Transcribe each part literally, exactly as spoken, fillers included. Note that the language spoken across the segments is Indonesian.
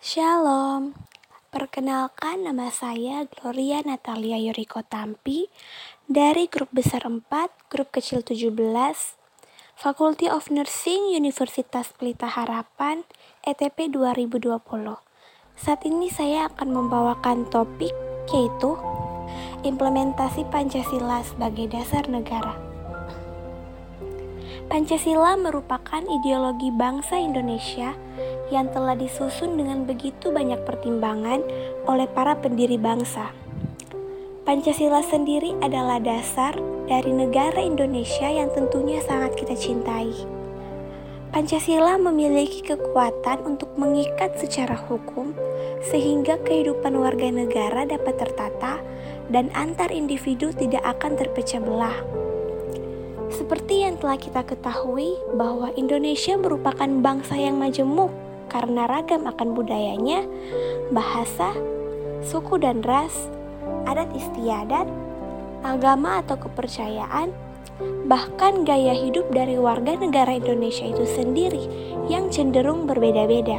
Shalom, perkenalkan nama saya Gloria Natalia Yuriko Tampi dari grup besar empat, grup kecil tujuh belas, Faculty of Nursing Universitas Pelita Harapan, E T P dua ribu dua puluh. Saat ini saya akan membawakan topik yaitu implementasi Pancasila sebagai dasar negara. Pancasila merupakan ideologi bangsa Indonesia yang telah disusun dengan begitu banyak pertimbangan oleh para pendiri bangsa. Pancasila sendiri adalah dasar dari negara Indonesia yang tentunya sangat kita cintai. Pancasila memiliki kekuatan untuk mengikat secara hukum sehingga kehidupan warga negara dapat tertata dan antar individu tidak akan terpecah belah. Seperti yang telah kita ketahui bahwa Indonesia merupakan bangsa yang majemuk karena ragam akan budayanya, bahasa, suku dan ras, adat istiadat, agama atau kepercayaan, bahkan gaya hidup dari warga negara Indonesia itu sendiri yang cenderung berbeda-beda.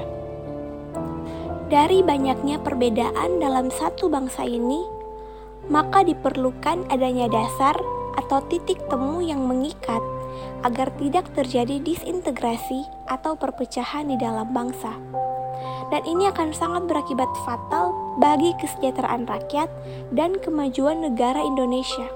Dari banyaknya perbedaan dalam satu bangsa ini, maka diperlukan adanya dasar atau titik temu yang mengikat agar tidak terjadi disintegrasi atau perpecahan di dalam bangsa. Dan ini akan sangat berakibat fatal bagi kesejahteraan rakyat dan kemajuan negara Indonesia.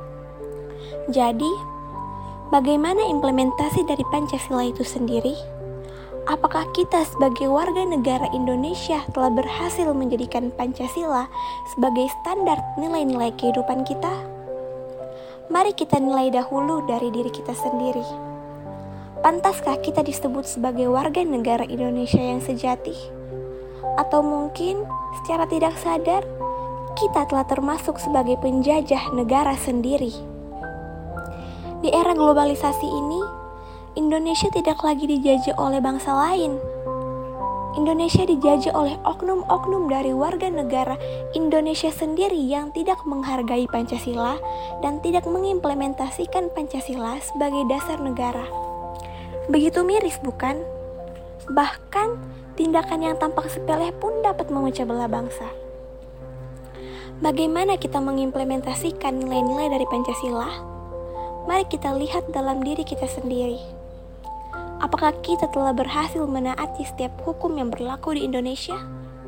Jadi, bagaimana implementasi dari Pancasila itu sendiri? Apakah kita sebagai warga negara Indonesia telah berhasil menjadikan Pancasila sebagai standar nilai-nilai kehidupan kita? Mari kita nilai dahulu dari diri kita sendiri. Pantaskah kita disebut sebagai warga negara Indonesia yang sejati? Atau mungkin secara tidak sadar, kita telah termasuk sebagai penjajah negara sendiri. Di era globalisasi ini, Indonesia tidak lagi dijajah oleh bangsa lain. Indonesia dijajah oleh oknum-oknum dari warga negara Indonesia sendiri yang tidak menghargai Pancasila dan tidak mengimplementasikan Pancasila sebagai dasar negara. Begitu miris, bukan? Bahkan tindakan yang tampak sepele pun dapat memecah belah bangsa. Bagaimana kita mengimplementasikan nilai-nilai dari Pancasila? Mari kita lihat dalam diri kita sendiri. Apakah kita telah berhasil menaati setiap hukum yang berlaku di Indonesia?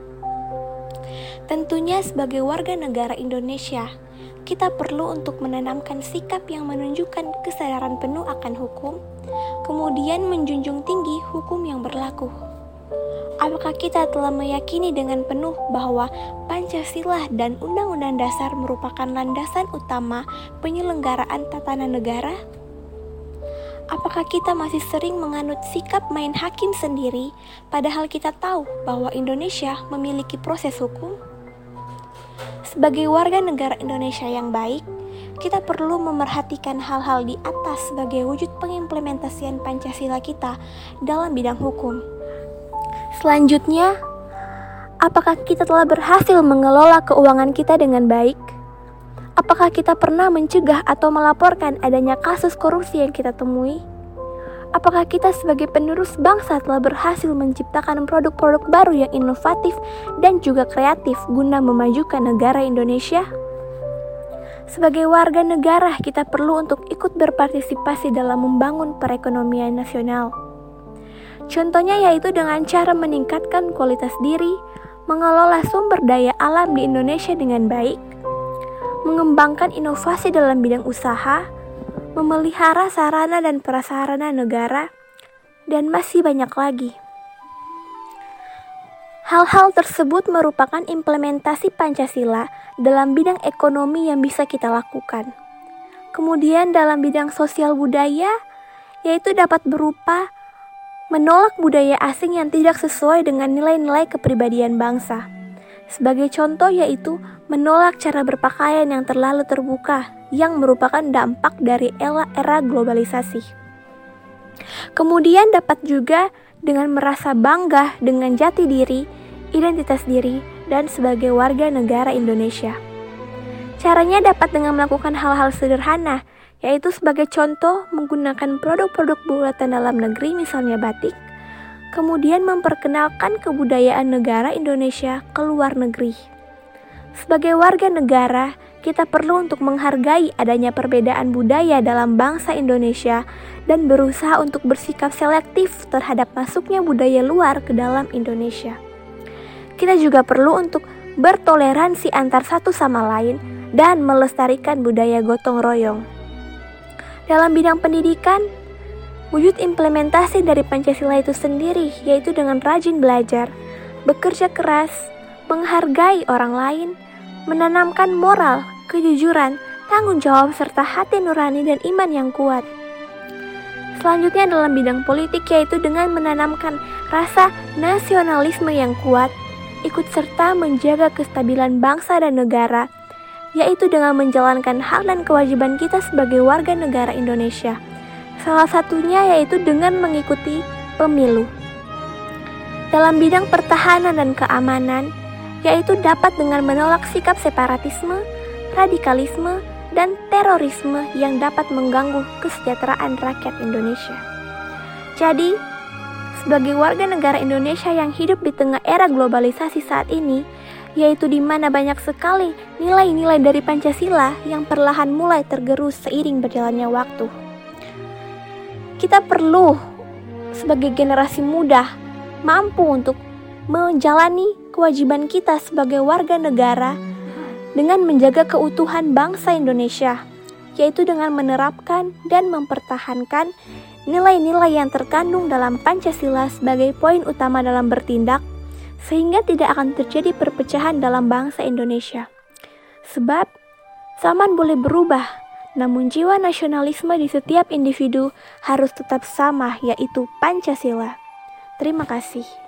Tentunya sebagai warga negara Indonesia, kita perlu untuk menanamkan sikap yang menunjukkan kesadaran penuh akan hukum, kemudian menjunjung tinggi hukum yang berlaku. Apakah kita telah meyakini dengan penuh bahwa Pancasila dan Undang-Undang Dasar merupakan landasan utama penyelenggaraan tatanan negara? Apakah kita masih sering menganut sikap main hakim sendiri, padahal kita tahu bahwa Indonesia memiliki proses hukum? Sebagai warga negara Indonesia yang baik, kita perlu memerhatikan hal-hal di atas sebagai wujud pengimplementasian Pancasila kita dalam bidang hukum. Selanjutnya, apakah kita telah berhasil mengelola keuangan kita dengan baik? Apakah kita pernah mencegah atau melaporkan adanya kasus korupsi yang kita temui? Apakah kita sebagai penerus bangsa telah berhasil menciptakan produk-produk baru yang inovatif dan juga kreatif guna memajukan negara Indonesia? Sebagai warga negara, kita perlu untuk ikut berpartisipasi dalam membangun perekonomian nasional. Contohnya yaitu dengan cara meningkatkan kualitas diri, mengelola sumber daya alam di Indonesia dengan baik, mengembangkan inovasi dalam bidang usaha, memelihara sarana dan prasarana negara, dan masih banyak lagi. Hal-hal tersebut merupakan implementasi Pancasila dalam bidang ekonomi yang bisa kita lakukan. Kemudian dalam bidang sosial budaya, yaitu dapat berupa menolak budaya asing yang tidak sesuai dengan nilai-nilai kepribadian bangsa. Sebagai contoh yaitu menolak cara berpakaian yang terlalu terbuka yang merupakan dampak dari era, era globalisasi. Kemudian dapat juga dengan merasa bangga dengan jati diri, identitas diri, dan sebagai warga negara Indonesia. Caranya dapat dengan melakukan hal-hal sederhana, yaitu sebagai contoh menggunakan produk-produk buatan dalam negeri misalnya batik, kemudian memperkenalkan kebudayaan negara Indonesia ke luar negeri. Sebagai warga negara, kita perlu untuk menghargai adanya perbedaan budaya dalam bangsa Indonesia dan berusaha untuk bersikap selektif terhadap masuknya budaya luar ke dalam Indonesia. Kita juga perlu untuk bertoleransi antar satu sama lain dan melestarikan budaya gotong royong. Dalam bidang pendidikan, wujud implementasi dari Pancasila itu sendiri yaitu dengan rajin belajar, bekerja keras, menghargai orang lain, menanamkan moral, kejujuran, tanggung jawab serta hati nurani dan iman yang kuat. Selanjutnya dalam bidang politik yaitu dengan menanamkan rasa nasionalisme yang kuat, ikut serta menjaga kestabilan bangsa dan negara, yaitu dengan menjalankan hak dan kewajiban kita sebagai warga negara Indonesia. Salah satunya yaitu dengan mengikuti pemilu. Dalam bidang pertahanan dan keamanan, yaitu dapat dengan menolak sikap separatisme, radikalisme, dan terorisme yang dapat mengganggu kesejahteraan rakyat Indonesia. Jadi, sebagai warga negara Indonesia yang hidup di tengah era globalisasi saat ini, yaitu di mana banyak sekali nilai-nilai dari Pancasila yang perlahan mulai tergerus seiring berjalannya waktu. Kita perlu sebagai generasi muda mampu untuk menjalani kewajiban kita sebagai warga negara dengan menjaga keutuhan bangsa Indonesia, yaitu dengan menerapkan dan mempertahankan nilai-nilai yang terkandung dalam Pancasila sebagai poin utama dalam bertindak, sehingga tidak akan terjadi perpecahan dalam bangsa Indonesia. Sebab, zaman boleh berubah, namun jiwa nasionalisme di setiap individu harus tetap sama, yaitu Pancasila. Terima kasih.